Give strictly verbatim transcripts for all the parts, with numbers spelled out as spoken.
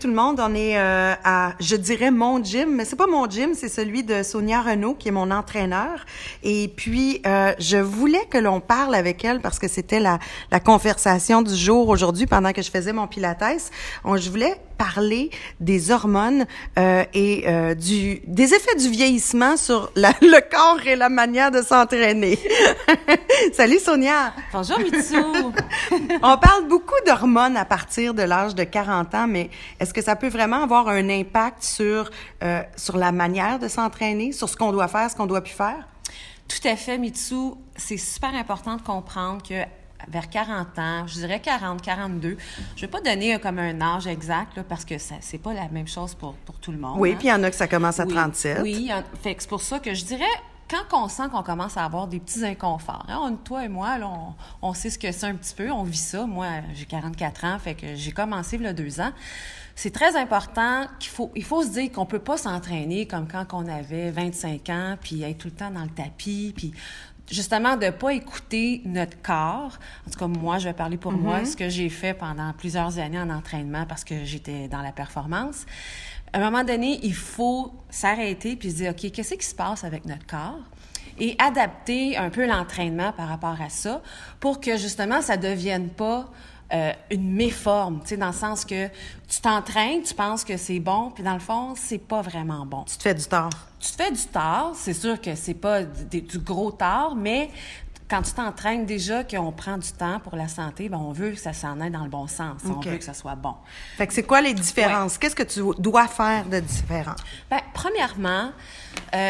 tout le monde. On est euh, à, je dirais, mon gym, mais c'est pas mon gym, c'est celui de Sonia Renaud, qui est mon entraîneur. Et puis, euh, je voulais que l'on parle avec elle parce que c'était la, la conversation du jour aujourd'hui pendant que je faisais mon pilates. On, je voulais parler des hormones euh, et euh, du des effets du vieillissement sur la, le corps et la manière de s'entraîner. Salut Sonia! Bonjour Mitsou! On parle beaucoup d'hormones à partir de l'âge de quarante ans, mais est-ce que ça peut vraiment avoir un impact sur, euh, sur la manière de s'entraîner, sur ce qu'on doit faire, ce qu'on doit plus faire? Tout à fait, Mitsou. C'est super important de comprendre que vers quarante ans, je dirais quarante, quarante-deux. Je ne vais pas donner comme un âge exact, là, parce que ça, c'est pas la même chose pour, pour tout le monde. Oui, hein? puis il y en a que ça commence à oui, trente-sept. Oui, fait que c'est pour ça que je dirais, quand on sent qu'on commence à avoir des petits inconforts, hein, on, toi et moi, là, on, on sait ce que c'est un petit peu, on vit ça. Moi, j'ai quarante-quatre ans, fait que j'ai commencé il y a deux ans. C'est très important qu'il faut, il faut se dire qu'on peut pas s'entraîner comme quand on avait vingt-cinq ans, puis être tout le temps dans le tapis, puis justement de pas écouter notre corps. En tout cas, moi, je vais parler pour mm-hmm. moi, ce que j'ai fait pendant plusieurs années en entraînement parce que j'étais dans la performance. À un moment donné, il faut s'arrêter puis se dire, OK, qu'est-ce qui se passe avec notre corps? Et adapter un peu l'entraînement par rapport à ça pour que, justement, ça devienne pas euh, une méforme, tu sais, dans le sens que tu t'entraînes, tu penses que c'est bon, puis dans le fond, c'est pas vraiment bon. Tu te fais du tort. Tu te fais du tort, c'est sûr que c'est pas du, du gros tort, mais quand tu t'entraînes déjà, qu'on prend du temps pour la santé, ben on veut que ça s'en aille dans le bon sens. Okay. On veut que ça soit bon. Fait que c'est quoi les différences? Ouais. Qu'est-ce que tu dois faire de différent? Bien, premièrement, euh,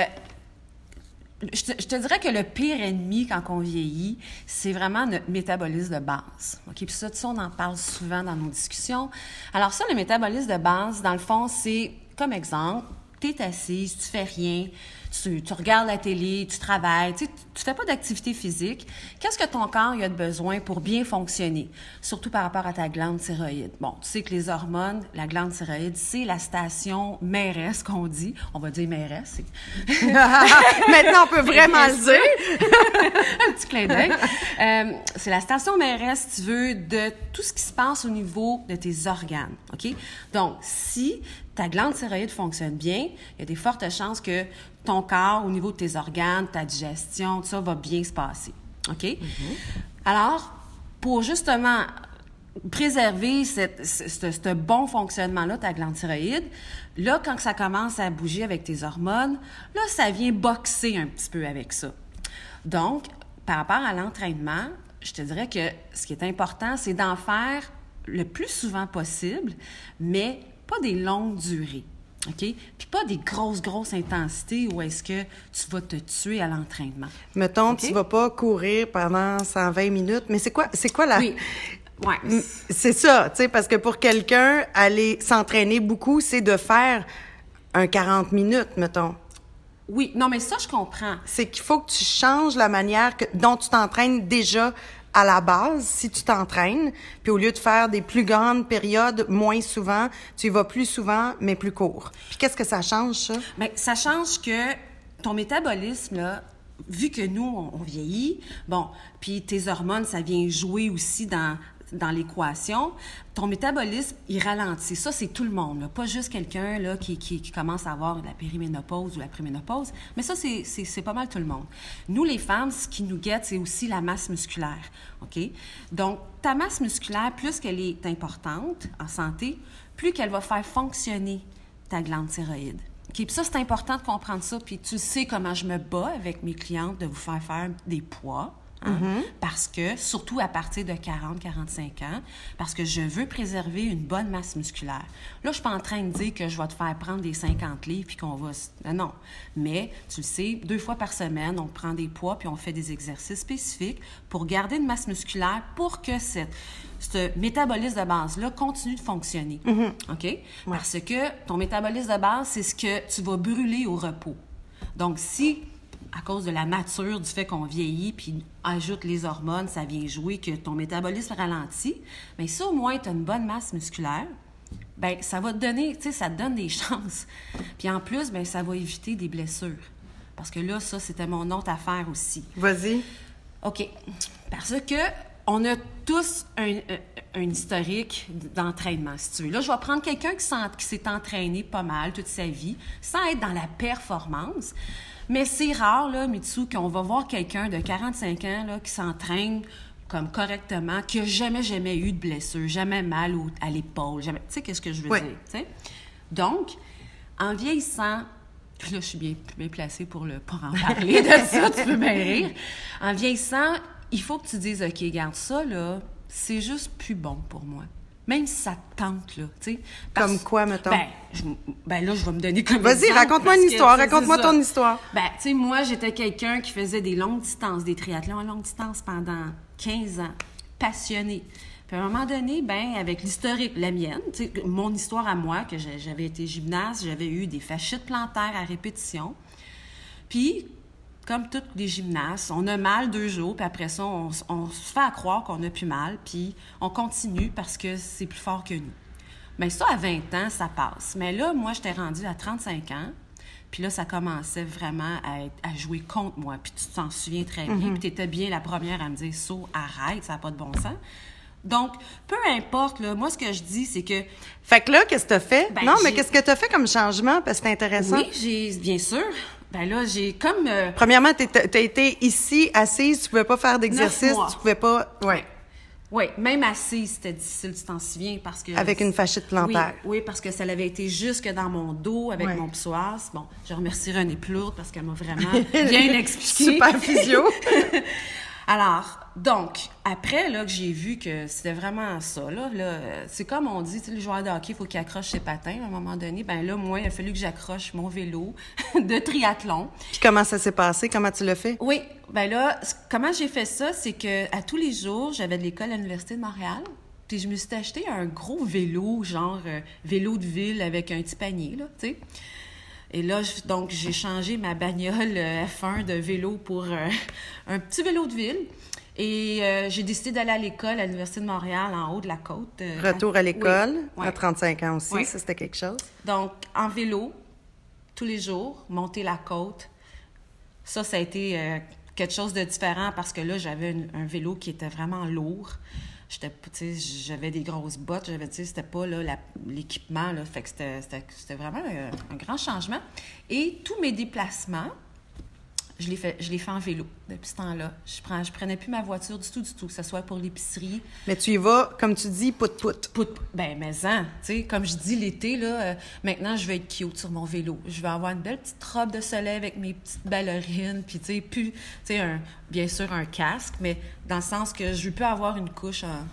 je, te, je te dirais que le pire ennemi quand on vieillit, c'est vraiment notre métabolisme de base. OK? Puis ça, tu sais, on en parle souvent dans nos discussions. Alors ça, le métabolisme de base, dans le fond, c'est, comme exemple, tu es assise, tu fais rien, tu, tu regardes la télé, tu travailles, tu sais, tu fais pas d'activité physique. Qu'est-ce que ton corps il a de besoin pour bien fonctionner? Surtout par rapport à ta glande thyroïde. Bon, tu sais que les hormones, la glande thyroïde, c'est la station mairesse qu'on dit. On va dire mairesse. Maintenant, on peut vraiment le dire. Un petit clin d'œil. Euh, c'est la station mairesse, si tu veux, de tout ce qui se passe au niveau de tes organes. OK? Donc, si ta glande thyroïde fonctionne bien, il y a des fortes chances que ton corps, au niveau de tes organes, ta digestion, tout ça va bien se passer. OK? Mm-hmm. Alors, pour justement préserver cette, ce, ce bon fonctionnement-là, ta glande thyroïde, là, quand ça commence à bouger avec tes hormones, là, ça vient boxer un petit peu avec ça. Donc, par rapport à l'entraînement, je te dirais que ce qui est important, c'est d'en faire le plus souvent possible, mais pas des longues durées, OK? Puis pas des grosses, grosses intensités où est-ce que tu vas te tuer à l'entraînement. Mettons, okay? Tu vas pas courir pendant cent vingt minutes, mais c'est quoi, c'est quoi la... Oui. Ouais. C'est ça, tu sais, parce que pour quelqu'un, aller s'entraîner beaucoup, c'est de faire un quarante minutes, mettons. Oui, non, mais ça, je comprends. C'est qu'il faut que tu changes la manière que, dont tu t'entraînes déjà à la base, si tu t'entraînes, puis au lieu de faire des plus grandes périodes moins souvent, tu y vas plus souvent, mais plus court. Puis qu'est-ce que ça change, ça? Bien, ça change que ton métabolisme, là, vu que nous, on, on vieillit, bon, puis tes hormones, ça vient jouer aussi dans... dans l'équation, ton métabolisme, il ralentit. Ça, c'est tout le monde, là. Pas juste quelqu'un là, qui, qui, qui commence à avoir de la périménopause ou la préménopause, mais ça, c'est, c'est, c'est pas mal tout le monde. Nous, les femmes, ce qui nous guette, c'est aussi la masse musculaire, OK? Donc, ta masse musculaire, plus qu'elle est importante en santé, plus qu'elle va faire fonctionner ta glande thyroïde. Okay? Puis ça, c'est important de comprendre ça, puis tu sais comment je me bats avec mes clientes de vous faire faire des poids. Hein? Mm-hmm. Parce que, surtout à partir de quarante à quarante-cinq ans, parce que je veux préserver une bonne masse musculaire. Là, je suis pas en train de dire que je vais te faire prendre des cinquante livres puis qu'on va... Non. Mais, tu le sais, deux fois par semaine, on prend des poids puis on fait des exercices spécifiques pour garder une masse musculaire pour que cette, ce métabolisme de base-là continue de fonctionner. Mm-hmm. OK? Ouais. Parce que ton métabolisme de base, c'est ce que tu vas brûler au repos. Donc, si... à cause de la nature, du fait qu'on vieillit, puis ajoute les hormones, ça vient jouer que ton métabolisme ralentit. Bien, si au moins tu as une bonne masse musculaire, bien, ça va te donner, tu sais, ça te donne des chances. Puis en plus, bien, ça va éviter des blessures. Parce que là, ça, c'était mon autre affaire aussi. Vas-y. OK. Parce que on a tous un, un, un historique d'entraînement, si tu veux. Là, je vais prendre quelqu'un qui, qui s'est entraîné pas mal toute sa vie, sans être dans la performance. Mais c'est rare, là, Mitsu, qu'on va voir quelqu'un de quarante-cinq ans là, qui s'entraîne comme correctement, qui n'a jamais, jamais eu de blessure, jamais mal au, à l'épaule, jamais... Tu sais, qu'est-ce que je veux oui. dire, tu sais? Donc, en vieillissant... Puis là, je suis bien, bien placée pour le pas en parler de ça, tu peux bien rire. En vieillissant, il faut que tu dises, OK, garde ça, là, c'est juste plus bon pour moi. Même si ça te tente, là, tu sais. Comme quoi, mettons? Ben, je, ben là, je vais me donner comme Vas-y, raconte-moi une histoire, raconte-moi ton histoire. Ben, tu sais, moi, j'étais quelqu'un qui faisait des longues distances, des triathlons à longue distance pendant quinze ans, passionnée. Puis à un moment donné, ben avec l'historique, la mienne, tu sais, mon histoire à moi, que j'avais été gymnaste, j'avais eu des fasciites plantaires à répétition. Puis, comme tous les gymnastes, on a mal deux jours, puis après ça, on, on se fait à croire qu'on n'a plus mal, puis on continue parce que c'est plus fort que nous. Bien, ça, à vingt ans, ça passe. Mais là, moi, j'étais rendue à trente-cinq ans, puis là, ça commençait vraiment à, être, à jouer contre moi. Puis tu t'en souviens très bien, mm-hmm. Puis tu étais bien la première à me dire « So, arrête, ça n'a pas de bon sens ». Donc, peu importe, là, moi, ce que je dis, c'est que... Fait que là, qu'est-ce que t'as fait? Ben, non, j'ai... mais qu'est-ce que t'as fait comme changement? Parce que c'est intéressant. Oui, j'ai, bien sûr. Ben là, j'ai comme... Euh... Premièrement, t'as, t'as été ici, assise, tu pouvais pas faire d'exercice, tu pouvais pas... Oui. Oui, même assise, c'était difficile, tu t'en souviens, parce que... Avec une fasciite plantaire. Oui, oui, parce que ça l'avait été jusque dans mon dos, avec ouais. mon psoas. Bon, je remercie Renée Plourde, parce qu'elle m'a vraiment bien expliqué. Super physio. Alors, donc, après, là, que j'ai vu que c'était vraiment ça, là, là c'est comme on dit, tu sais, les joueurs de hockey, il faut qu'ils accrochent ses patins à un moment donné. Ben là, moi, il a fallu que j'accroche mon vélo de triathlon. Puis comment ça s'est passé? Comment tu l'as fait? Oui, ben là, comment j'ai fait ça, c'est que à tous les jours, j'avais de l'école à l'Université de Montréal, puis je me suis acheté un gros vélo, genre euh, vélo de ville avec un petit panier, là, tu sais. Et là, donc, j'ai changé ma bagnole F un de vélo pour euh, un petit vélo de ville. Et euh, j'ai décidé d'aller à l'école à l'Université de Montréal, en haut de la côte. Euh, Retour à l'école, oui, à trente-cinq ans aussi, oui. Ça, c'était quelque chose. Donc, en vélo, tous les jours, monter la côte. Ça, ça a été euh, quelque chose de différent parce que là, j'avais une, un vélo qui était vraiment lourd. J'étais, tu sais, j'avais des grosses bottes, j'avais, tu sais, c'était pas là, la, l'équipement, là, fait que c'était, c'était, c'était vraiment un, un grand changement. Et tous mes déplacements, je les fais, je les fais en vélo depuis ce temps-là. Je prends, je prenais plus ma voiture du tout, du tout, que ce soit pour l'épicerie. Mais tu y vas, comme tu dis, pout-pout. Pout, ben, mais en, tu sais, comme je dis l'été, là, euh, maintenant, je vais être cute sur mon vélo. Je vais avoir une belle petite robe de soleil avec mes petites ballerines, puis tu sais, plus, tu sais, un, bien sûr, un casque, mais dans le sens que je peux avoir une couche en...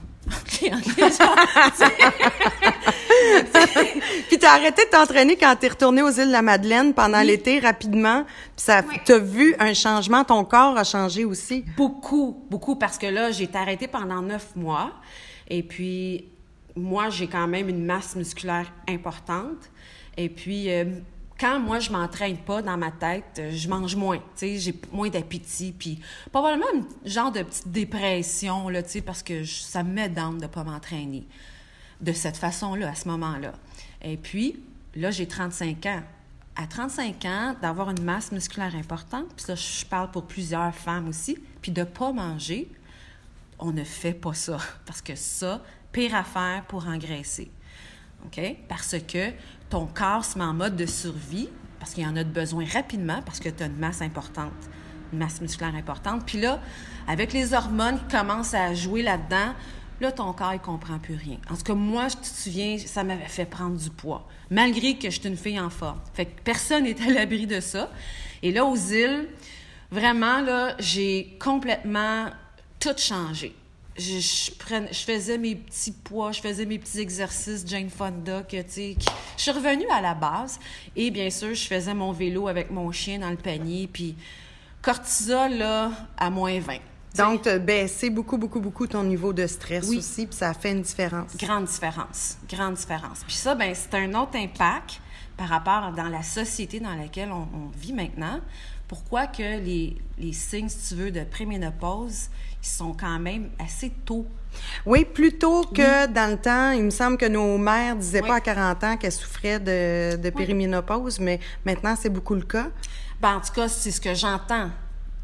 Puis t'as arrêté de t'entraîner quand t'es retournée aux îles de la Madeleine pendant oui. l'été rapidement. Puis ça, oui. t'as vu un changement, ton corps a changé aussi. Beaucoup, beaucoup, parce que là, j'ai été arrêtée pendant neuf mois. Et puis, moi, j'ai quand même une masse musculaire importante. Et puis, euh, quand moi, je m'entraîne pas dans ma tête, je mange moins, tu sais, j'ai moins d'appétit, puis probablement un genre de petite dépression, là, tu sais, parce que je, ça me met down de pas m'entraîner de cette façon-là, à ce moment-là. Et puis, là, j'ai trente-cinq ans. À trente-cinq ans, d'avoir une masse musculaire importante, puis ça, je parle pour plusieurs femmes aussi, puis de pas manger, on ne fait pas ça, parce que ça, pire affaire pour engraisser. OK? Parce que ton corps se met en mode de survie, parce qu'il y en a de besoin rapidement, parce que tu as une masse importante, une masse musculaire importante. Puis là, avec les hormones qui commencent à jouer là-dedans, là, ton corps, il comprend plus rien. En tout cas, moi, je te souviens, ça m'avait fait prendre du poids, malgré que j'étais une fille en forme. Fait que personne n'est à l'abri de ça. Et là, aux îles, vraiment, là, j'ai complètement tout changé. Je, je, prenais, je faisais mes petits poids, je faisais mes petits exercices Jane Fonda, que, tu sais, je suis revenue à la base. Et bien sûr, je faisais mon vélo avec mon chien dans le panier, puis cortisol, là, à moins vingt. Donc, tu as baissé beaucoup, beaucoup, beaucoup ton niveau de stress oui. aussi, puis ça a fait une différence. Grande différence, grande différence. Puis ça, bien, c'est un autre impact par rapport dans la société dans laquelle on, on vit maintenant. Pourquoi que les, les signes, si tu veux, de préménopause, ils sont quand même assez tôt. Oui, plus tôt que oui. dans le temps. Il me semble que nos mères disaient oui. pas à quarante ans qu'elles souffraient de, de périménopause, oui. mais maintenant, c'est beaucoup le cas. Ben, en tout cas, c'est ce que j'entends.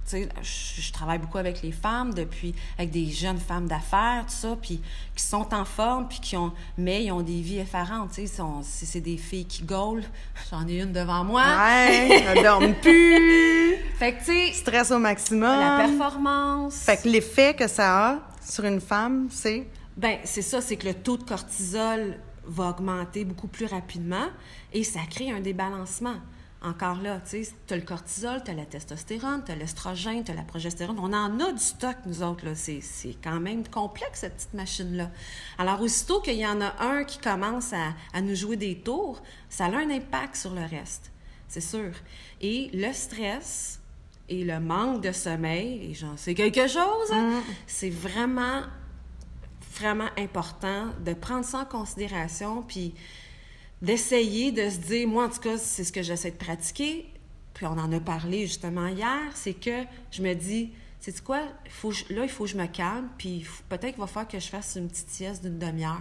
tu sais, je, je travaille beaucoup avec les femmes, depuis, avec des jeunes femmes d'affaires, tout ça, puis qui sont en forme, puis qui ont, mais ils ont des vies effarantes, tu sais, sont, c'est, c'est des filles qui gaulent. J'en ai une devant moi. Ouais, elles dorment plus. Fait que, tu sais... Stress au maximum. La performance. Fait que l'effet que ça a sur une femme, c'est... Ben c'est ça, c'est que le taux de cortisol va augmenter beaucoup plus rapidement et ça crée un débalancement. Encore là, tu sais, tu as le cortisol, tu as la testostérone, tu as l'estrogène, tu as la progestérone. On en a du stock, nous autres, là. C'est, c'est quand même complexe, cette petite machine-là. Alors, aussitôt qu'il y en a un qui commence à, à nous jouer des tours, ça a un impact sur le reste, c'est sûr. Et le stress et le manque de sommeil, et j'en sais quelque chose, hein, mm. c'est vraiment... vraiment important de prendre ça en considération, puis d'essayer de se dire, moi en tout cas, c'est ce que j'essaie de pratiquer, puis on en a parlé justement hier, c'est que je me dis, sais-tu quoi, il faut, là, il faut que je me calme, puis peut-être qu'il va falloir que je fasse une petite sieste d'une demi-heure.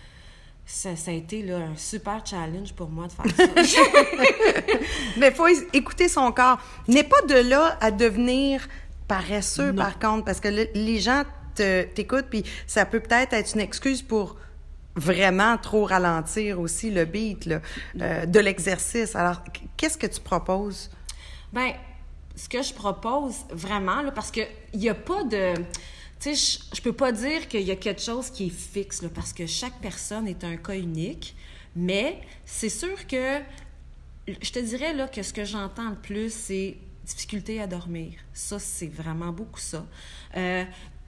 Ça, ça a été là, un super challenge pour moi de faire ça. Mais il faut écouter son corps. N'est pas de là à devenir paresseux, non. Par contre, parce que le, les gens Te, t'écoutes, puis ça peut peut-être être une excuse pour vraiment trop ralentir aussi le beat là, euh, de l'exercice. Alors, qu'est-ce que tu proposes? Bien, ce que je propose vraiment, là, parce qu'il n'y a pas de... Tu sais, je, je peux pas dire qu'il y a quelque chose qui est fixe, là, parce que chaque personne est un cas unique, mais c'est sûr que je te dirais là, que ce que j'entends le plus, c'est difficulté à dormir. Ça, c'est vraiment beaucoup ça. Euh,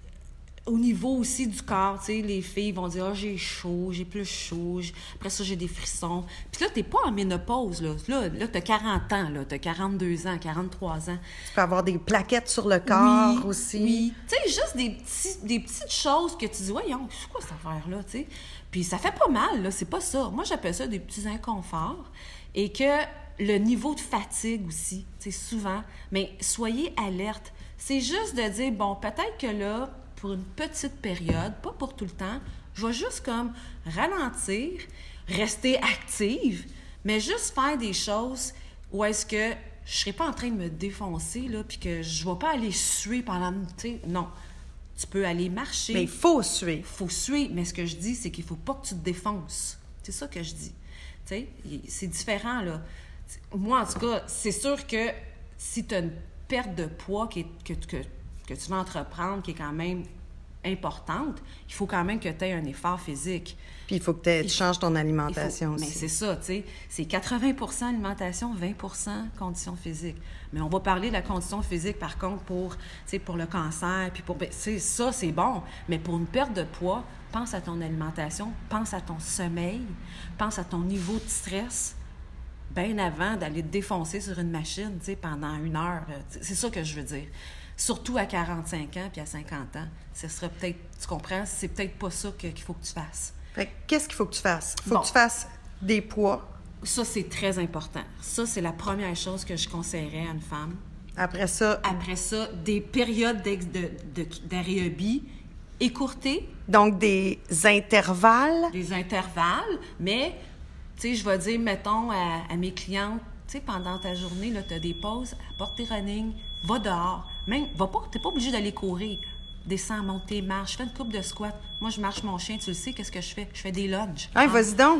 Au niveau aussi du corps, tu sais, les filles vont dire « Ah, oh, j'ai chaud, j'ai plus chaud, j'ai... après ça, j'ai des frissons. » Puis là, t'es pas en ménopause, là. Là, là t'as quarante ans, là. T'as quarante-deux ans, quarante-trois ans. Tu peux avoir des plaquettes sur le corps oui, aussi. Oui, tu sais, juste des, petits, des petites choses que tu dis « Voyons, c'est quoi cette affaire-là, tu sais? » Puis ça fait pas mal, là, c'est pas ça. Moi, j'appelle ça des petits inconforts. Et que le niveau de fatigue aussi, tu sais, souvent. Mais soyez alerte. C'est juste de dire « Bon, peut-être que là... » pour une petite période, pas pour tout le temps, je vais juste comme ralentir, rester active, mais juste faire des choses où est-ce que je serai pas en train de me défoncer, là, puis que je vais pas aller suer pendant... Tu sais, non. Tu peux aller marcher. Mais il faut suer. Il faut suer, mais ce que je dis, c'est qu'il faut pas que tu te défonces. C'est ça que je dis. Tu sais, c'est différent, là. Moi, en tout cas, c'est sûr que si tu as une perte de poids qui est, que, que que tu vas entreprendre, qui est quand même importante, il faut quand même que tu aies un effort physique. Puis il faut que tu changes ton alimentation faut, aussi. Mais c'est ça, tu sais. C'est quatre-vingts pour cent alimentation, vingt pour cent conditions physiques. Mais on va parler de la condition physique, par contre, pour, pour le cancer, puis pour... Ben, ça, c'est bon. Mais pour une perte de poids, pense à ton alimentation, pense à ton sommeil, pense à ton niveau de stress, bien avant d'aller te défoncer sur une machine, tu sais, pendant une heure. C'est ça que je veux dire. Surtout à quarante-cinq ans puis à cinquante ans. Ce serait peut-être, tu comprends, c'est peut-être pas ça que, qu'il faut que tu fasses. Fait, qu'est-ce qu'il faut que tu fasses? Il faut bon. que tu fasses des poids. Ça, c'est très important. Ça, c'est la première chose que je conseillerais à une femme. Après ça? Après ça, des périodes de, de, d'aérobie écourtées. Donc, des intervalles? Des intervalles, mais, tu sais, je vais dire, mettons, à, à mes clientes, tu sais, pendant ta journée, tu as des pauses, apporte tes running, va dehors. Même, va pas, t'es pas obligé d'aller courir. Descends, monte tes marches, fais une coupe de squat. Moi, je marche mon chien, tu le sais, qu'est-ce que je fais? Je fais des lunges. Ah, vas-y donc!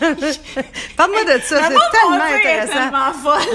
Parle-moi de ça, c'est tellement intéressant. C'est tellement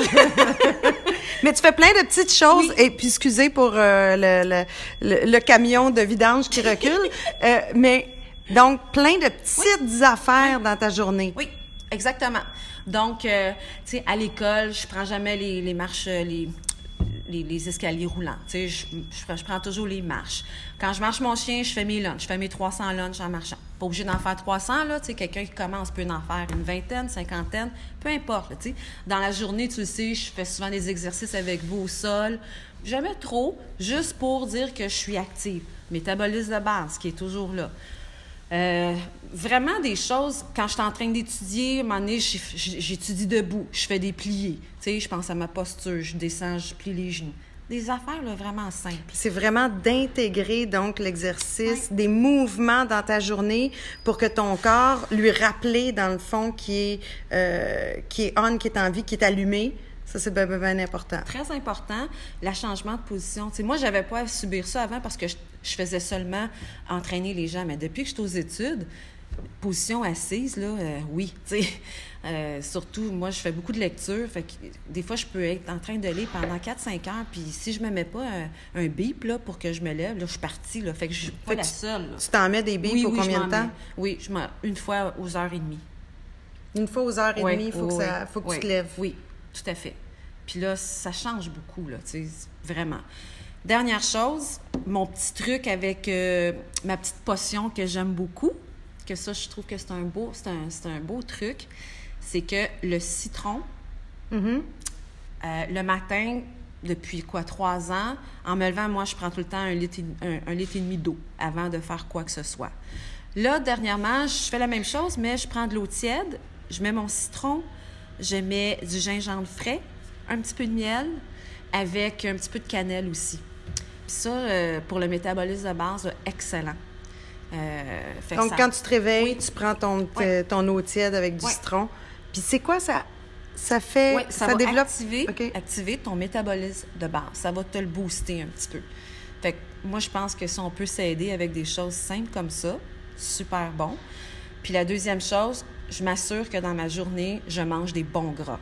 folle! Mais tu fais plein de petites choses, oui. Et puis excusez pour euh, le, le, le, le camion de vidange qui recule, euh, mais donc plein de petites oui. affaires oui. dans ta journée. Oui, exactement. Donc, euh, tu sais, à l'école, je prends jamais les, les marches, les... Les, les escaliers roulants. Tu sais, je, je, je prends toujours les marches. Quand je marche mon chien, je fais mes lunchs. Je fais mes trois cents lunchs en marchant. Pas obligé d'en faire trois cents, là. Tu sais, quelqu'un qui commence peut en faire une vingtaine, cinquantaine, peu importe, là, tu sais. Dans la journée, tu le sais, je fais souvent des exercices avec vous au sol. Jamais trop, juste pour dire que je suis active. Métabolisme de base, qui est toujours là. Euh, vraiment des choses, quand je suis en train d'étudier, à un moment donné, j'étudie debout, je fais des pliés. Tu sais, je pense à ma posture, je descends, je plie les genoux. Des affaires là, vraiment simples. C'est vraiment d'intégrer donc l'exercice, oui. des mouvements dans ta journée pour que ton corps lui rappelle, dans le fond, qui est, euh, qui est on, qui est en vie, qui est allumé, Ça, c'est bien, bien, bien important. Très important, le changement de position. Tu sais, moi, je n'avais pas à subir ça avant parce que je, je faisais seulement entraîner les gens. Mais depuis que je suis aux études, position assise, là, euh, oui, tu sais. Euh, surtout, moi, je fais beaucoup de lecture. Fait que des fois, je peux être en train de lire pendant quatre cinq heures. Puis si je me mets pas un, un bip là, pour que je me lève, là, je suis partie. Là, fait que je suis pas fait la seule. Là. Tu t'en mets des bips oui, pour oui, combien de temps? Mets. Oui, je m'en, une fois aux heures et demie. Une fois aux heures et oui, demie, il faut, oui, que, ça, faut que oui, tu te lèves. Oui, tout à fait. Puis là, ça change beaucoup, là, tu sais, vraiment. Dernière chose, mon petit truc avec euh, ma petite potion que j'aime beaucoup, que ça, je trouve que c'est un beau, c'est un, c'est un beau truc, c'est que le citron, mm-hmm. euh, le matin, depuis quoi, trois ans, en me levant, moi, je prends tout le temps un litre, un, un litre et demi d'eau avant de faire quoi que ce soit. Là, dernièrement, je fais la même chose, mais je prends de l'eau tiède, je mets mon citron, je mets du gingembre frais, un petit peu de miel, avec un petit peu de cannelle aussi. Puis ça, euh, pour le métabolisme de base, là, excellent. Euh, fait Donc, ça... quand tu te réveilles, oui. tu prends ton, oui. ton eau tiède avec du oui. citron. Puis c'est quoi ça? Ça fait... Oui, ça, ça va développe... activer, okay. activer ton métabolisme de base. Ça va te le booster un petit peu. Fait que moi, je pense que si on peut s'aider avec des choses simples comme ça, super bon. Puis la deuxième chose, je m'assure que dans ma journée, je mange des bons gras.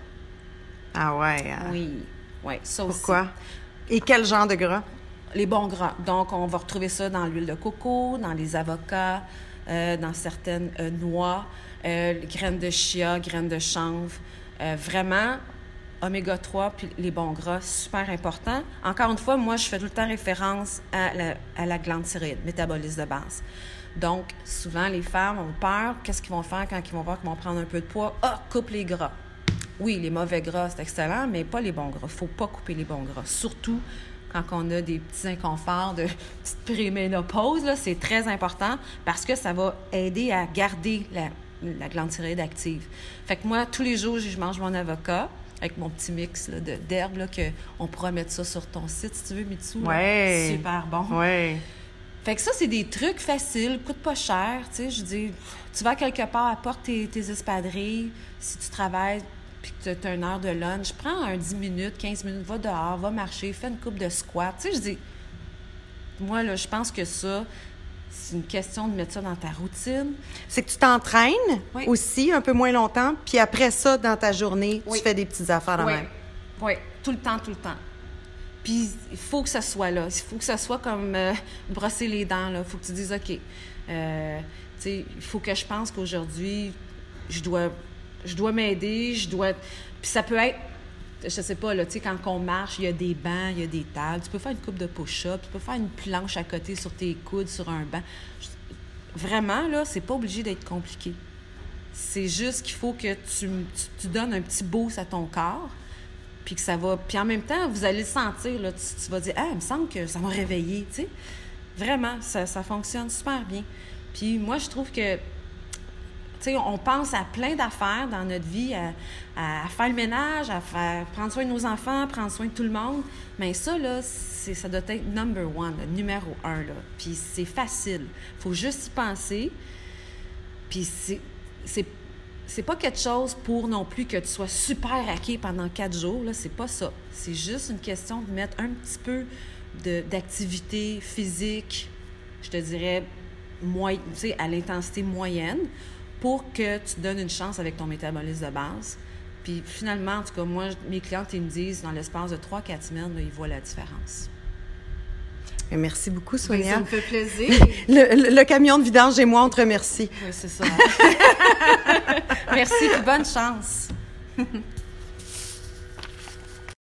Ah ouais? Hein? Oui, oui, ça aussi. Pourquoi? Et quel genre de gras? Les bons gras. Donc, on va retrouver ça dans l'huile de coco, dans les avocats, euh, dans certaines euh, noix, euh, graines de chia, graines de chanvre. Euh, vraiment, oméga trois puis les bons gras, super important. Encore une fois, moi, je fais tout le temps référence à la, à la glande thyroïde, métabolisme de base. Donc, souvent, les femmes ont peur. Qu'est-ce qu'ils vont faire quand ils vont voir qu'ils vont prendre un peu de poids? Ah, coupe les gras. Oui, les mauvais gras, c'est excellent, mais pas les bons gras. Il ne faut pas couper les bons gras. Surtout quand on a des petits inconforts de petite préménopause, là, c'est très important parce que ça va aider à garder la, la glande thyroïde active. Fait que moi, tous les jours, je mange mon avocat avec mon petit mix là, de, d'herbes, là, que on pourra mettre ça sur ton site, si tu veux, Mitsou. Ouais. Là. Super bon. Ouais. Fait que ça, c'est des trucs faciles, coûtent pas cher, tu sais. Je dis, tu vas quelque part, apporte tes, tes espadrilles, si tu travailles, puis que tu as une heure de lunch, prends un dix minutes, quinze minutes, va dehors, va marcher, fais une coupe de squat. Tu sais, je dis, moi, là, je pense que ça, c'est une question de mettre ça dans ta routine. C'est que tu t'entraînes oui. aussi un peu moins longtemps, puis après ça, dans ta journée, oui. tu fais des petites affaires de oui. même. Oui, tout le temps, tout le temps. Puis, il faut que ça soit là. Il faut que ça soit comme euh, brosser les dents, là. Il faut que tu dises, OK, euh, tu sais, il faut que je pense qu'aujourd'hui, je dois... Je dois m'aider, je dois... Puis ça peut être, je sais pas, là, tu sais, quand on marche, il y a des bancs, il y a des tables. Tu peux faire une coupe de push-up, tu peux faire une planche à côté sur tes coudes, sur un banc. Vraiment, là, c'est pas obligé d'être compliqué. C'est juste qu'il faut que tu, tu, tu donnes un petit boost à ton corps, puis que ça va... Puis en même temps, vous allez le sentir, là, tu, tu vas dire « Ah, il me semble que ça m'a réveillé, tu sais. » Vraiment, ça, ça fonctionne super bien. Puis moi, je trouve que T'sais, on pense à plein d'affaires dans notre vie, à, à faire le ménage, à faire, prendre soin de nos enfants, prendre soin de tout le monde. Mais ça, là, c'est, ça doit être number one, le numéro un, là. Puis c'est facile. Il faut juste y penser. Puis c'est, c'est, c'est pas quelque chose pour non plus que tu sois super raqué pendant quatre jours, là. C'est pas ça. C'est juste une question de mettre un petit peu de, d'activité physique, je te dirais, moy- à l'intensité moyenne, pour que tu te donnes une chance avec ton métabolisme de base. Puis finalement, en tout cas, moi, mes clientes, ils me disent, dans l'espace de trois quatre semaines, là, ils voient la différence. Et merci beaucoup, Sonia. Oui, ça me fait plaisir. le, le, le camion de vidange et moi, on te remercie. Oui, c'est ça. Merci, puis bonne chance.